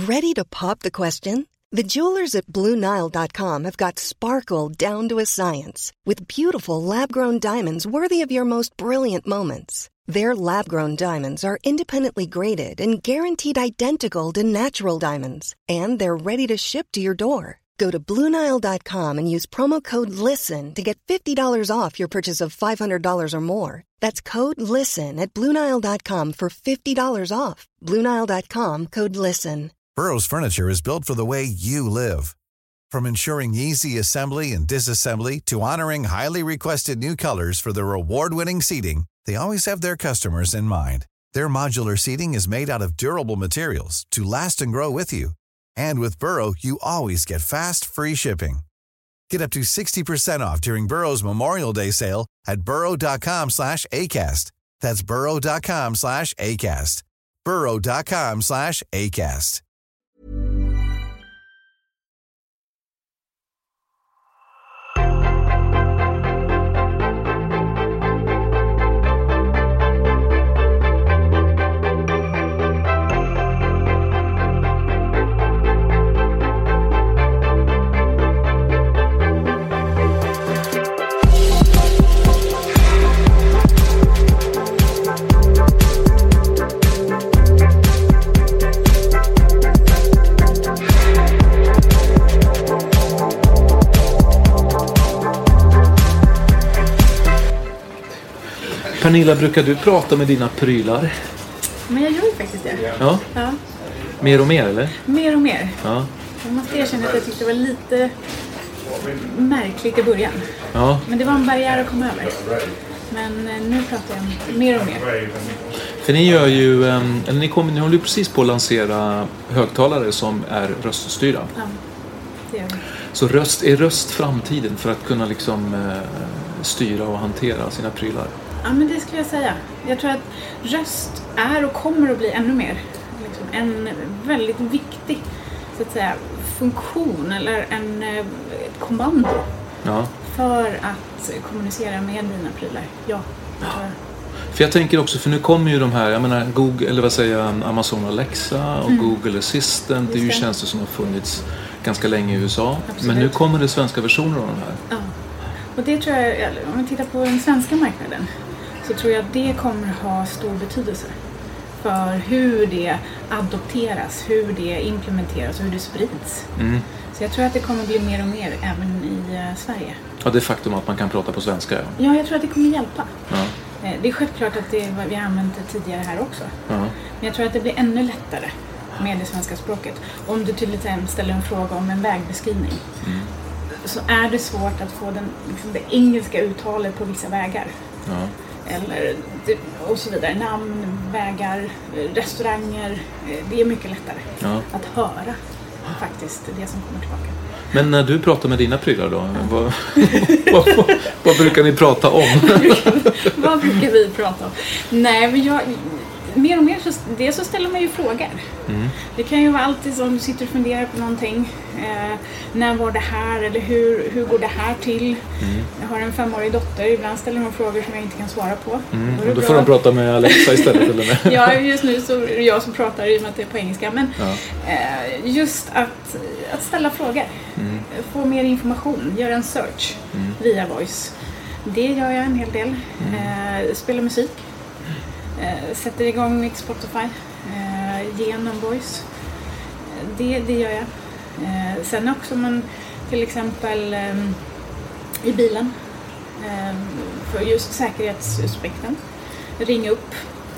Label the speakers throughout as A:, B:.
A: Ready to pop the question? The jewelers at BlueNile.com have got sparkle down to a science with beautiful lab-grown diamonds worthy of your most brilliant moments. Their lab-grown diamonds are independently graded and guaranteed identical to natural diamonds, and they're ready to ship to your door. Go to BlueNile.com and use promo code LISTEN to get $50 off your purchase of $500 or more. That's code LISTEN at BlueNile.com for $50 off. BlueNile.com, code LISTEN.
B: Burrow's furniture is built for the way you live. From ensuring easy assembly and disassembly to honoring highly requested new colors for their award-winning seating, they always have their customers in mind. Their modular seating is made out of durable materials to last and grow with you. And with Burrow, you always get fast, free shipping. Get up to 60% off during Burrow's Memorial Day sale at burrow.com/ACAST. That's burrow.com/ACAST. burrow.com/ACAST.
C: Pernilla, brukar du prata med dina prylar?
D: Men jag gör ju faktiskt det.
C: Ja. Mer och mer, eller?
D: Mer och mer.
C: Ja.
D: Jag måste erkänna att jag tyckte det var lite märkligt i början.
C: Ja.
D: Men det var en barriär att komma över. Men nu pratar jag mer och mer.
C: För ni gör ju, ni håller ju precis på att lansera högtalare som är röststyrda.
D: Ja, det gör vi.
C: Så är röst framtiden för att kunna liksom styra och hantera sina prylar?
D: Ja, men det skulle jag säga. Jag tror att röst är och kommer att bli ännu mer liksom, en väldigt viktig så att säga, funktion eller ett kommando för att kommunicera med dina prylar. Ja, det tror jag.
C: För jag tänker också, för nu kommer ju de här, jag menar Google, eller vad säger jag, Amazon Alexa och Google Assistant, det är ju tjänster som har funnits ganska länge i USA. Absolut. Men nu kommer det svenska versioner av de här.
D: Ja, och det tror jag, om vi tittar på den svenska marknaden, så tror jag att det kommer ha stor betydelse för hur det adopteras, hur det implementeras och hur det sprids. Mm. Så jag tror att det kommer bli mer och mer även i Sverige.
C: Ja, det faktum att man kan prata på svenska.
D: Ja, jag tror att det kommer hjälpa.
C: Ja.
D: Det är självklart att vi har använt det tidigare här också.
C: Ja.
D: Men jag tror att det blir ännu lättare med det svenska språket. Om du till exempel ställer en fråga om en vägbeskrivning. Så är det svårt att få det engelska uttalet på vissa vägar.
C: Ja.
D: Eller, och så vidare. Namn, vägar, restauranger. Det är mycket lättare att höra faktiskt det som kommer tillbaka.
C: Men när du pratar med dina prylar då, vad brukar ni prata om?
D: Vad brukar vi prata om? Nej, men mer och mer så ställer man ju frågor. Det kan ju vara alltid som du sitter och funderar på någonting. När var det här? Eller hur går det här till? Jag har en 5-årig dotter. Ibland ställer hon frågor som jag inte kan svara på.
C: Då får de prata med Alexa istället. Eller?
D: Ja, just nu så är det jag som pratar i och med att det är på engelska. Men just att ställa frågor. Få mer information. Göra en search via voice. Det gör jag en hel del. Spela musik. Sätter igång mitt Spotify genom voice. Det gör jag. Sen också man till exempel i bilen för just säkerhetsaspekten ringa upp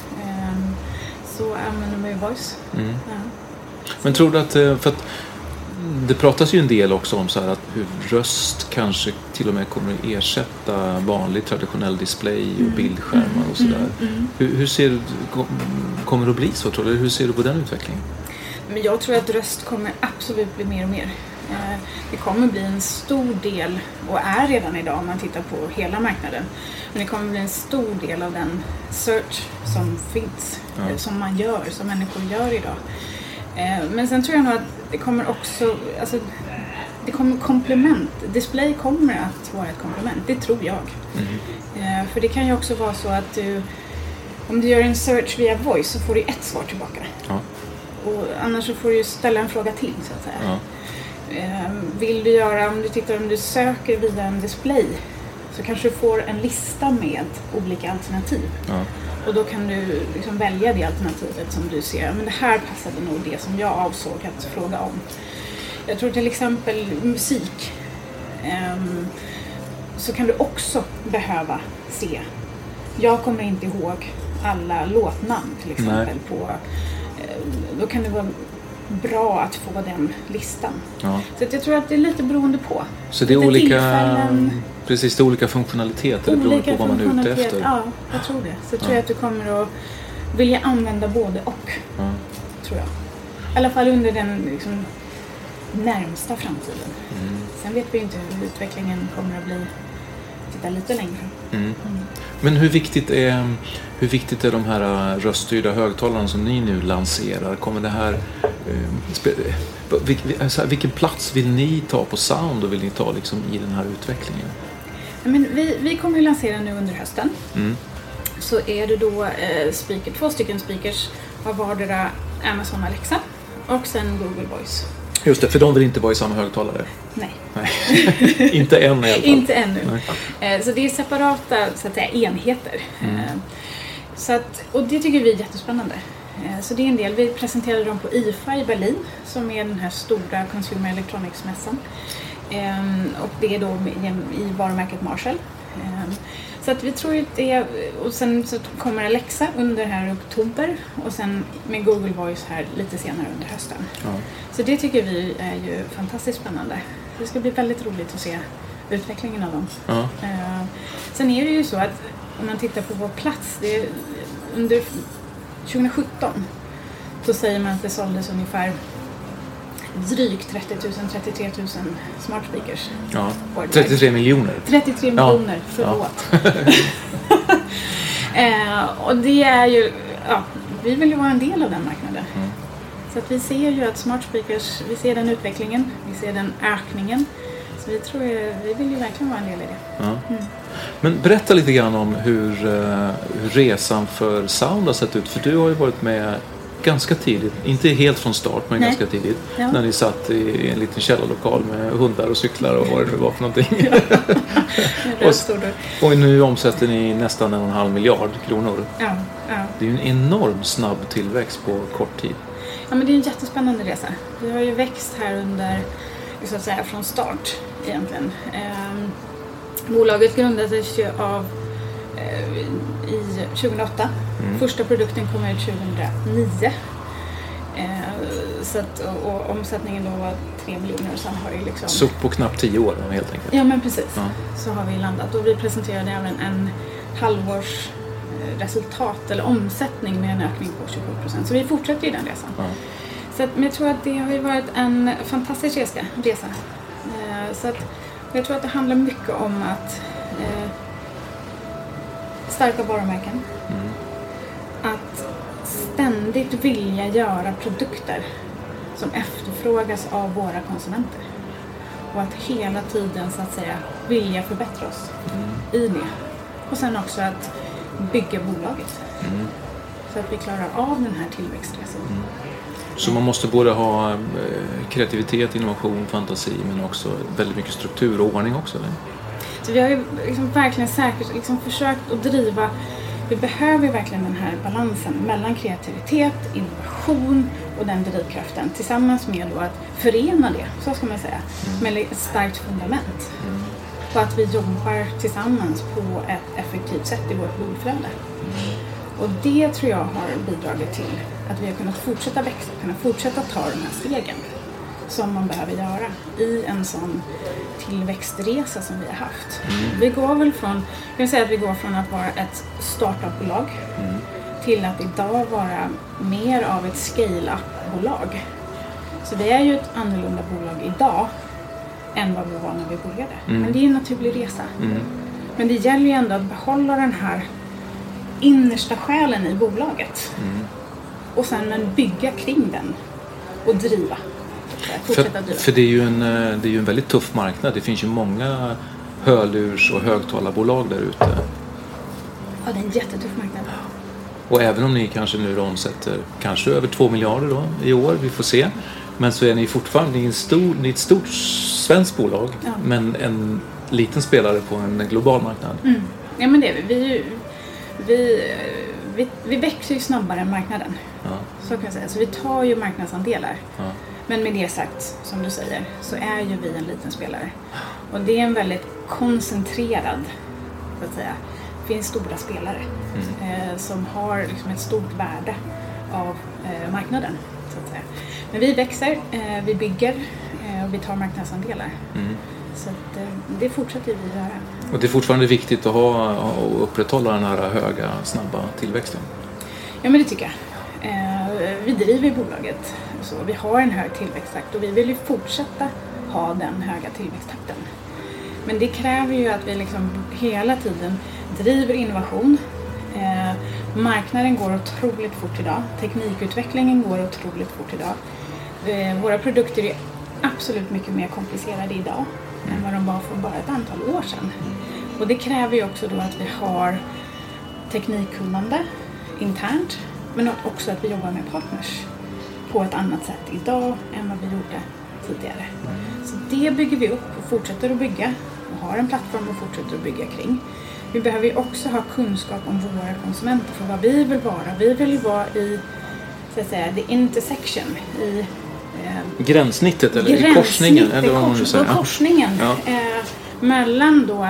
D: så använder man ju voice. Ja.
C: Men tror du att för att det pratas ju en del också om så här att hur röst kanske till och med kommer att ersätta vanlig traditionell display och bildskärmar och sådär. Hur ser du, kommer det att bli så tror du? Hur ser du på den utvecklingen?
D: Men jag tror att röst kommer absolut bli mer och mer. Det kommer bli en stor del, och är redan idag om man tittar på hela marknaden, men det kommer bli en stor del av den search som finns, som man gör, som människor gör idag. Men sen tror jag nog att det kommer också, alltså, det kommer komplement. Display kommer att vara ett komplement, det tror jag. För det kan ju också vara så att om du gör en search via voice så får du ett svar tillbaka. Och annars så får du ju ställa en fråga till så att säga.
C: Ja.
D: Vill du göra, om du söker via en display så kanske du får en lista med olika alternativ.
C: Ja.
D: Och då kan du liksom välja det alternativet som du ser. Men det här passade nog det som jag avsåg att fråga om. Jag tror till exempel musik. Så kan du också behöva se. Jag kommer inte ihåg alla låtnamn till exempel på. Då kan det vara bra att få den listan. Ja. Så att jag tror att det är lite beroende på.
C: Så det är olika, precis, det är olika funktionaliteter beroende på vad man är ute efter.
D: Ja, jag tror det. Så tror jag att du kommer att vilja använda både och. Ja. Tror jag. I alla fall under den liksom närmsta framtiden. Sen vet vi inte hur utvecklingen kommer att bli. Titta lite längre.
C: Men hur viktigt är de här röststyrda högtalarna som ni nu lanserar? Kommer det här vilken plats vill ni ta på sound och vill ni ta liksom i den här utvecklingen?
D: Men vi kommer att lansera nu under hösten. Så är det då två stycken speakers av vardera Amazon Alexa och sen Google Voice.
C: Just det, för de vill inte vara i samma högtalare.
D: Nej.
C: Inte än i alla fall.
D: Inte ännu. Så det är separata så att säga, enheter. Så att, och det tycker vi är jättespännande. Så det är en del. Vi presenterade dem på IFA i Berlin som är den här stora Consumer Electronics-mässan. Och det är då i varumärket Marshall. Så att vi tror att det är, och sen så kommer Alexa under här oktober och sen med Google Voice här lite senare under hösten. Ja. Så det tycker vi är ju fantastiskt spännande. Det ska bli väldigt roligt att se utvecklingen av dem. Ja. Sen är det ju så att om man tittar på vår plats, det är under 2017 så säger man att det såldes ungefär drygt 33 000 smart speakers.
C: Ja, 33 miljoner.
D: 33 miljoner, förlåt. Och det är ju, vi vill ju vara en del av den marknaden. Så att vi ser ju att smart speakers, vi ser den utvecklingen, vi ser den ökningen. Så vi vill ju verkligen vara en del i det. Ja.
C: Men berätta lite grann om hur resan för sound har sett ut. För du har ju varit med ganska tidigt, inte helt från start men ganska tidigt, när ni satt i en liten källarlokal med hundar och cyklar och vad det var för någonting. Och nu omsätter ni nästan 1,5 miljard kronor. Ja. Det är ju en enorm snabb tillväxt på kort tid.
D: Ja, men det är en jättespännande resa. Vi har ju växt här under, så att säga, från start egentligen. Bolaget grundades ju av i 2008. Första produkten kom ut 2009. Så att, och omsättningen då var 3 miljoner och sen har det liksom...
C: Så på knappt 10 år helt enkelt.
D: Ja, men precis. Ja. Så har vi landat. Och vi presenterade även en halvårs resultat eller omsättning med en ökning på 27%. Så vi fortsätter i den resan. Ja. Så att, men jag tror att det har ju varit en fantastisk resa. Så att jag tror att det handlar mycket om att starka varumärken. Att ständigt vilja göra produkter som efterfrågas av våra konsumenter. Och att hela tiden så att säga vilja förbättra oss i det. Och sen också att bygga bolaget. Så att vi klarar av den här tillväxtresan.
C: Så man måste både ha kreativitet, innovation, fantasi men också väldigt mycket struktur och ordning också, eller?
D: Så vi har ju liksom verkligen säkert liksom försökt att driva. Vi behöver verkligen den här balansen mellan kreativitet, innovation och den drivkraften tillsammans med då att förena det, så ska man säga, med ett starkt fundament. Och att vi jobbar tillsammans på ett effektivt sätt i vårt blodflöde. Och det tror jag har bidragit till att vi har kunnat fortsätta växa, kunnat fortsätta ta de här stegen som man behöver göra i en sån tillväxtresa som vi har haft. Vi går väl från att vara ett startupbolag till att idag vara mer av ett scale-up-bolag. Så det är ju ett annorlunda bolag idag än vad vi var när vi började. Men det är en naturlig resa. Men det gäller ju ändå att behålla den här innersta själen i bolaget. Och sen bygga kring den och driva.
C: För det är ju en väldigt tuff marknad. Det finns ju många hörlurs- och högtalarbolag där ute.
D: Ja, det är en jättetuff marknad.
C: Och även om ni kanske nu omsätter kanske över 2 miljarder då i år, vi får se. Men så är ni fortfarande ni är ett stort svenskt bolag, men en liten spelare på en global marknad.
D: Mm. Ja, men det är vi växer ju snabbare än marknaden. Ja. Så kan jag säga. Så vi tar ju marknadsandelar. Ja. Men med det sagt, som du säger, så är ju vi en liten spelare. Och det är en väldigt koncentrerad, så att säga. Det finns stora spelare som har liksom ett stort värde av marknaden, så att säga. Men vi växer, vi bygger och vi tar marknadsandelar. Så att, det fortsätter vi göra.
C: Och det är fortfarande viktigt att upprätthålla den här höga, snabba tillväxten?
D: Ja, men det tycker jag. Vi driver bolaget så. Vi har en hög tillväxttakt och vi vill ju fortsätta ha den höga tillväxttakten. Men det kräver ju att vi liksom hela tiden driver innovation. Marknaden går otroligt fort idag. Teknikutvecklingen går otroligt fort idag. Våra produkter är absolut mycket mer komplicerade idag än vad de var för bara ett antal år sedan. Och det kräver ju också då att vi har teknikkunnande internt, men också att vi jobbar med partners på ett annat sätt idag än vad vi gjorde tidigare. Så det bygger vi upp och fortsätter att bygga och har en plattform och fortsätter att bygga kring. Vi behöver ju också ha kunskap om våra konsumenter för vad vi vill vara. Vi vill ju vara i, så att säga, the intersection, i
C: gränssnittet eller i korsningen eller vad man nu säger.
D: Korsningen mellan då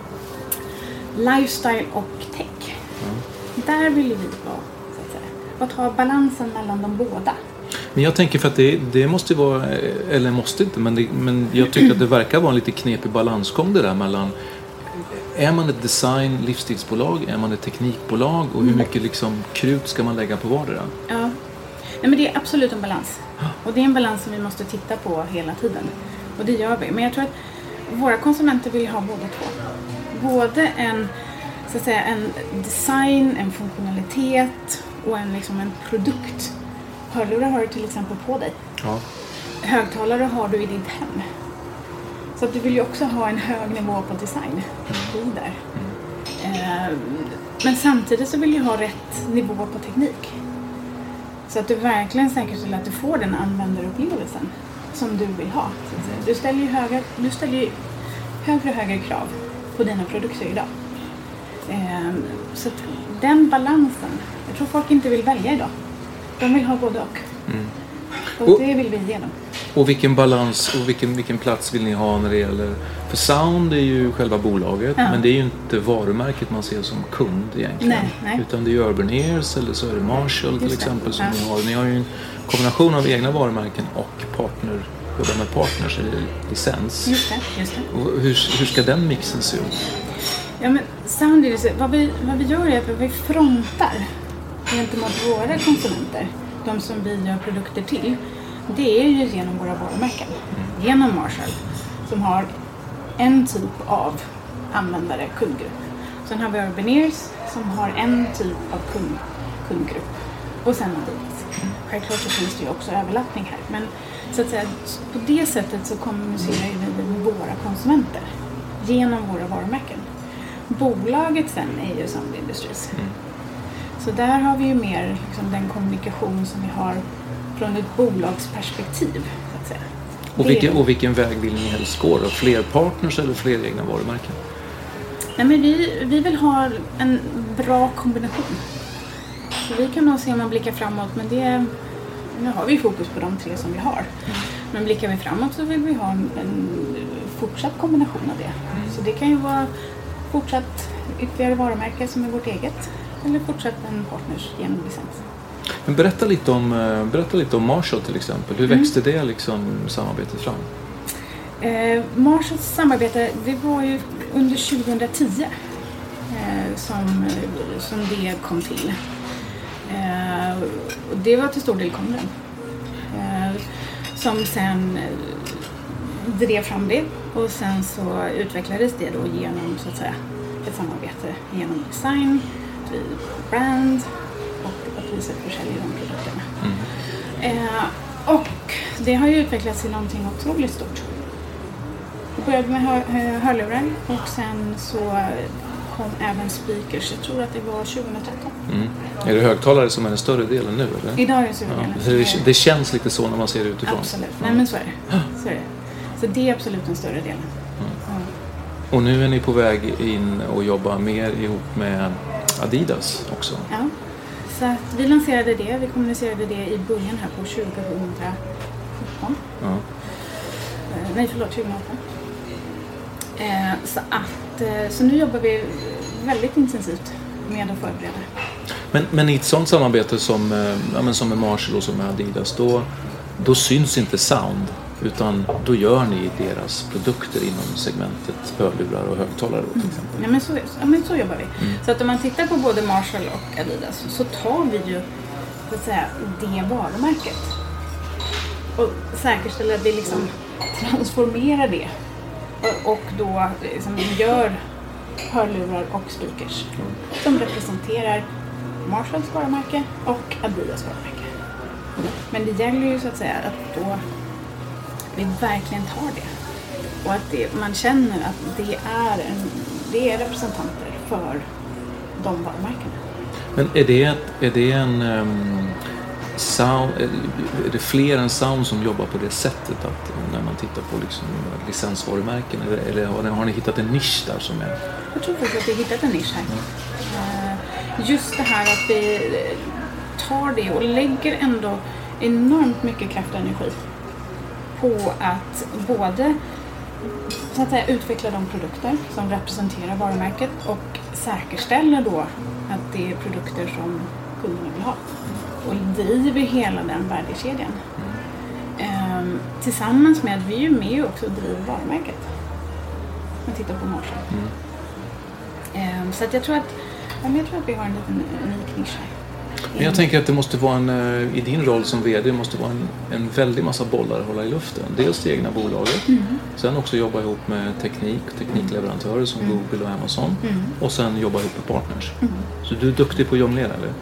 D: lifestyle och tech. Där vill vi vara, så att säga. Och ta balansen mellan de båda.
C: Men jag tänker för att det måste vara, eller måste inte, men jag tycker att det verkar vara en lite knepig balansgång det där mellan, är man ett design livsstilsbolag, är man ett teknikbolag och hur mycket liksom krut ska man lägga på vardera? Ja.
D: Nej, men det är absolut en balans. Och det är en balans som vi måste titta på hela tiden. Och det gör vi. Men jag tror att våra konsumenter vill ha båda två. Både en, så att säga, en design, en funktionalitet och en produkt. Hörlurar har du till exempel på dig. Ja. Högtalare har du i ditt hem. Så att du vill ju också ha en hög nivå på design. Där. Men samtidigt så vill du ha rätt nivå på teknik. Så att du verkligen säkerställer att du får den användarupplevelsen som du vill ha. Du ställer ju högre och högre krav på dina produkter idag. Så att den balansen, jag tror folk inte vill välja idag. De vill ha både och. Och det vill vi ge dem.
C: Och vilken balans och vilken plats vill ni ha när det gäller, för Sound är ju själva bolaget, men det är ju inte varumärket man ser som kund egentligen. Nej. Utan det är ju Urban Ears eller så är det Marshall till exempel som ni har. Ni har ju en kombination av egna varumärken och jobbar med partners eller licens.
D: Just det.
C: Och hur ska den mixen se ut?
D: Ja, men Sound är det så, vad vi gör är att vi frontar gentemot våra konsumenter, de som vi gör produkter till. Det är ju genom våra varumärken. Genom Marshall, som har en typ av användare, kundgrupp. Sen har vi Urban Ears som har en typ av kundgrupp. Och sen Adidas. Självklart så finns det ju också överlappning här. Men så att säga, på det sättet så kommunicerar vi med våra konsumenter. Genom våra varumärken. Bolaget sen är ju Sound Industries. Så där har vi ju mer den kommunikation som vi har från ett bolagsperspektiv, så att säga.
C: Och vilken väg vill ni helst gå då? Fler partners eller fler egna varumärken?
D: Nej, men vi vill ha en bra kombination. Så vi kan nog se om man blickar framåt, men nu har vi fokus på de 3 som vi har. Men blickar vi framåt så vill vi ha en fortsatt kombination av det. Så det kan ju vara fortsatt ytterligare varumärke som är vårt eget, eller fortsatt en partners genom licens.
C: Men berätta lite om Marshall till exempel. Hur växte det samarbetet fram?
D: Marshalls samarbete, det var ju under 2010 som det kom till. Och det var till stor del kunden som sen drev fram det, och sen så utvecklades det då genom, så att säga, ett samarbete genom design, brand och att vi försäljer de produkterna. Och det har ju utvecklats till någonting otroligt stort. Vi började med hörlurar och sen så kom även speakers. Jag tror att det var 2013.
C: Är det högtalare som är den större delen nu? Eller?
D: Idag är det större delen.
C: Det känns lite så när man ser det utifrån.
D: Absolut. Nej, men så är det. Så det är absolut den större delen.
C: Och nu är ni på väg in och jobba mer ihop med Adidas också.
D: Ja, så att vi lanserade det. Vi kommunicerade det i början här på 2017.
C: Ja.
D: Nej, förlåt, 2018. Så nu jobbar vi väldigt intensivt med att förbereda.
C: Men i ett sånt samarbete som med Marshall och som med Adidas, då syns inte sound, utan då gör ni deras produkter inom segmentet hörlurar och högtalare till exempel.
D: Ja, men så jobbar vi. Så att om man tittar på både Marshall och Adidas så tar vi ju så att säga det varumärket och säkerställer att vi liksom transformerar det och då liksom gör hörlurar och speakers som representerar Marshalls varumärke och Adidas varumärke. Men det gäller ju så att säga att då vi verkligen tar det och att man känner att det är representanter för de varumärkena.
C: Men är det en sound, är det fler än sound som jobbar på det sättet att när man tittar på liksom licensvarumärken eller har ni hittat en nisch där som är?
D: Jag tror faktiskt att vi har hittat en nisch här. Just det här att vi tar det och lägger ändå enormt mycket kraft och energi på att både så att säga, utveckla de produkter som representerar varumärket och säkerställa då att det är produkter som kunderna vill ha. Och driver hela den värdekedjan. Tillsammans med att vi är med och också driver varumärket. Om man tittar på Marshall. Så att jag tror att vi har en liten unik nisch här.
C: Men jag tänker att det måste vara i din roll som vd måste vara en väldig massa bollar att hålla i luften. Dels det egna bolaget, sen också jobba ihop med teknikleverantörer som Google och Amazon och sen jobba ihop med partners. Så du är duktig på att jonglera, eller?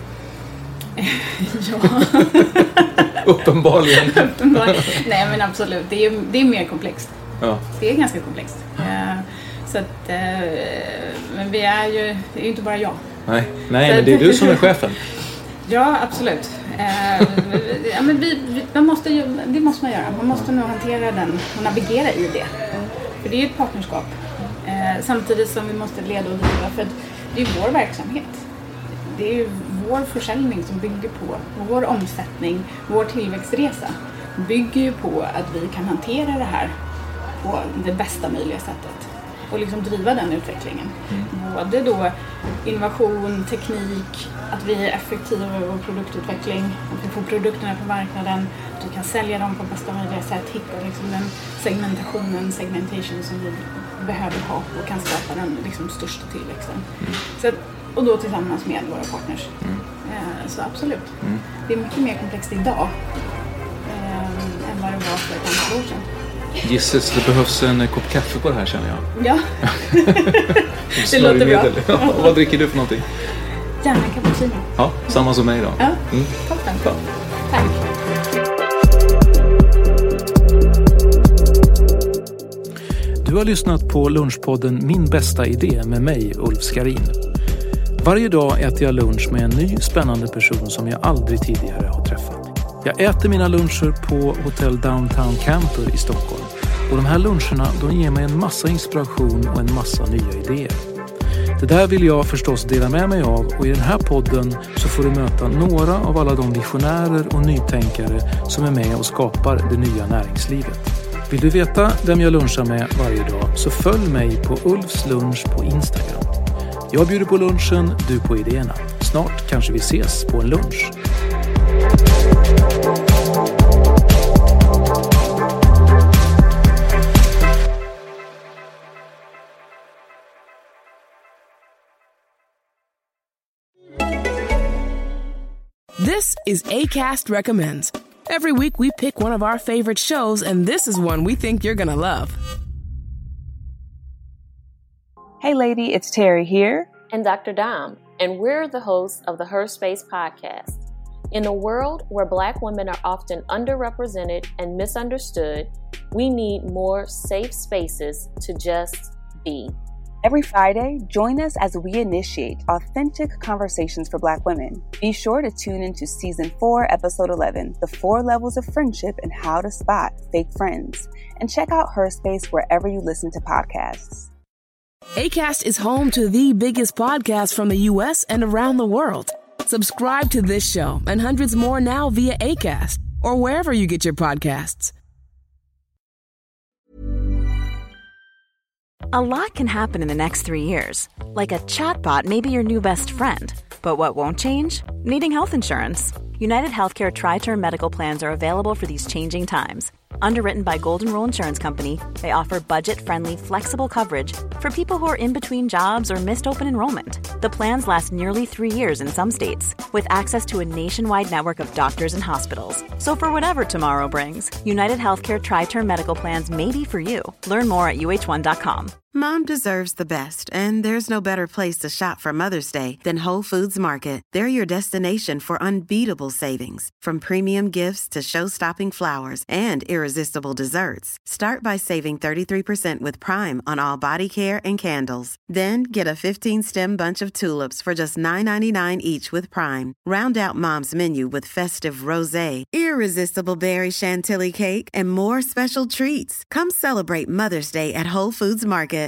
D: Ja.
C: Uppenbarligen.
D: Nej, men absolut. Det är mer komplext.
C: Ja.
D: Det är ganska komplext. Så att, men det är ju inte bara jag.
C: Nej, men det är du som är chefen.
D: Ja, absolut. Men det måste man göra. Man måste nog hantera den och navigera i det. För det är ju ett partnerskap. Samtidigt som vi måste leda och driva. För det är vår verksamhet. Det är ju vår försäljning som bygger på vår omsättning, vår tillväxtresa bygger ju på att vi kan hantera det här på det bästa möjliga sättet och liksom driva den utvecklingen. Både då innovation, teknik, att vi är effektiva i vår produktutveckling, att vi får produkterna på marknaden, att vi kan sälja dem på bästa möjliga sätt, hitta liksom den segmentation som vi behöver ha och kan skapa den liksom största tillväxten. Så att, och då tillsammans med våra partners. Så absolut. Det är mycket mer komplext idag än vad det var för ett antal år sedan.
C: Gisses, det behövs en kopp kaffe på det här, känner jag.
D: Ja, det låter bra.
C: Ja, vad dricker du för någonting?
D: Gärna cappuccino.
C: Ja, samma som mig då.
D: Ja, toppen. Ja. Tack.
C: Du har lyssnat på lunchpodden Min bästa idé med mig, Ulf Skarin. Varje dag äter jag lunch med en ny spännande person som jag aldrig tidigare har träffat. Jag äter mina luncher på Hotel Downtown Camper i Stockholm. Och de här luncherna, de ger mig en massa inspiration och en massa nya idéer. Det där vill jag förstås dela med mig av, och i den här podden så får du möta några av alla de visionärer och nytänkare som är med och skapar det nya näringslivet. Vill du veta vem jag lunchar med varje dag så följ mig på Ulfs lunch på Instagram. Jag bjuder på lunchen, du på idéerna. Snart kanske vi ses på en lunch.
E: This is Acast Recommends. Every week we pick one of our favorite shows, and this is one we think you're gonna love.
F: Hey lady, it's Terry here.
G: And Dr. Dom, and we're the hosts of the Her Space podcast. In a world where Black women are often underrepresented and misunderstood, we need more safe spaces to just be.
F: Every Friday, join us as we initiate authentic conversations for Black women. Be sure to tune into Season 4, Episode 11, The 4 Levels of Friendship and How to Spot Fake Friends. And check out Her Space wherever you listen to podcasts.
E: Acast is home to the biggest podcasts from the U.S. and around the world. Subscribe to this show and hundreds more now via Acast or wherever you get your podcasts.
H: A lot can happen in the next 3 years. Like a chatbot may be your new best friend. But what won't change? Needing health insurance. United Healthcare Tri-Term Medical Plans are available for these changing times. Underwritten by Golden Rule Insurance Company, they offer budget-friendly, flexible coverage for people who are in between jobs or missed open enrollment. The plans last nearly 3 years in some states, with access to a nationwide network of doctors and hospitals. So for whatever tomorrow brings, United Healthcare Tri-Term Medical Plans may be for you. Learn more at uh1.com.
I: Mom deserves the best, and there's no better place to shop for Mother's Day than Whole Foods Market. They're your destination for unbeatable savings, from premium gifts to show-stopping flowers and irresistible desserts. Start by saving 33% with Prime on all body care and candles. Then get a 15-stem bunch of tulips for just $9.99 each with Prime. Round out Mom's menu with festive rosé, irresistible berry chantilly cake, and more special treats. Come celebrate Mother's Day at Whole Foods Market.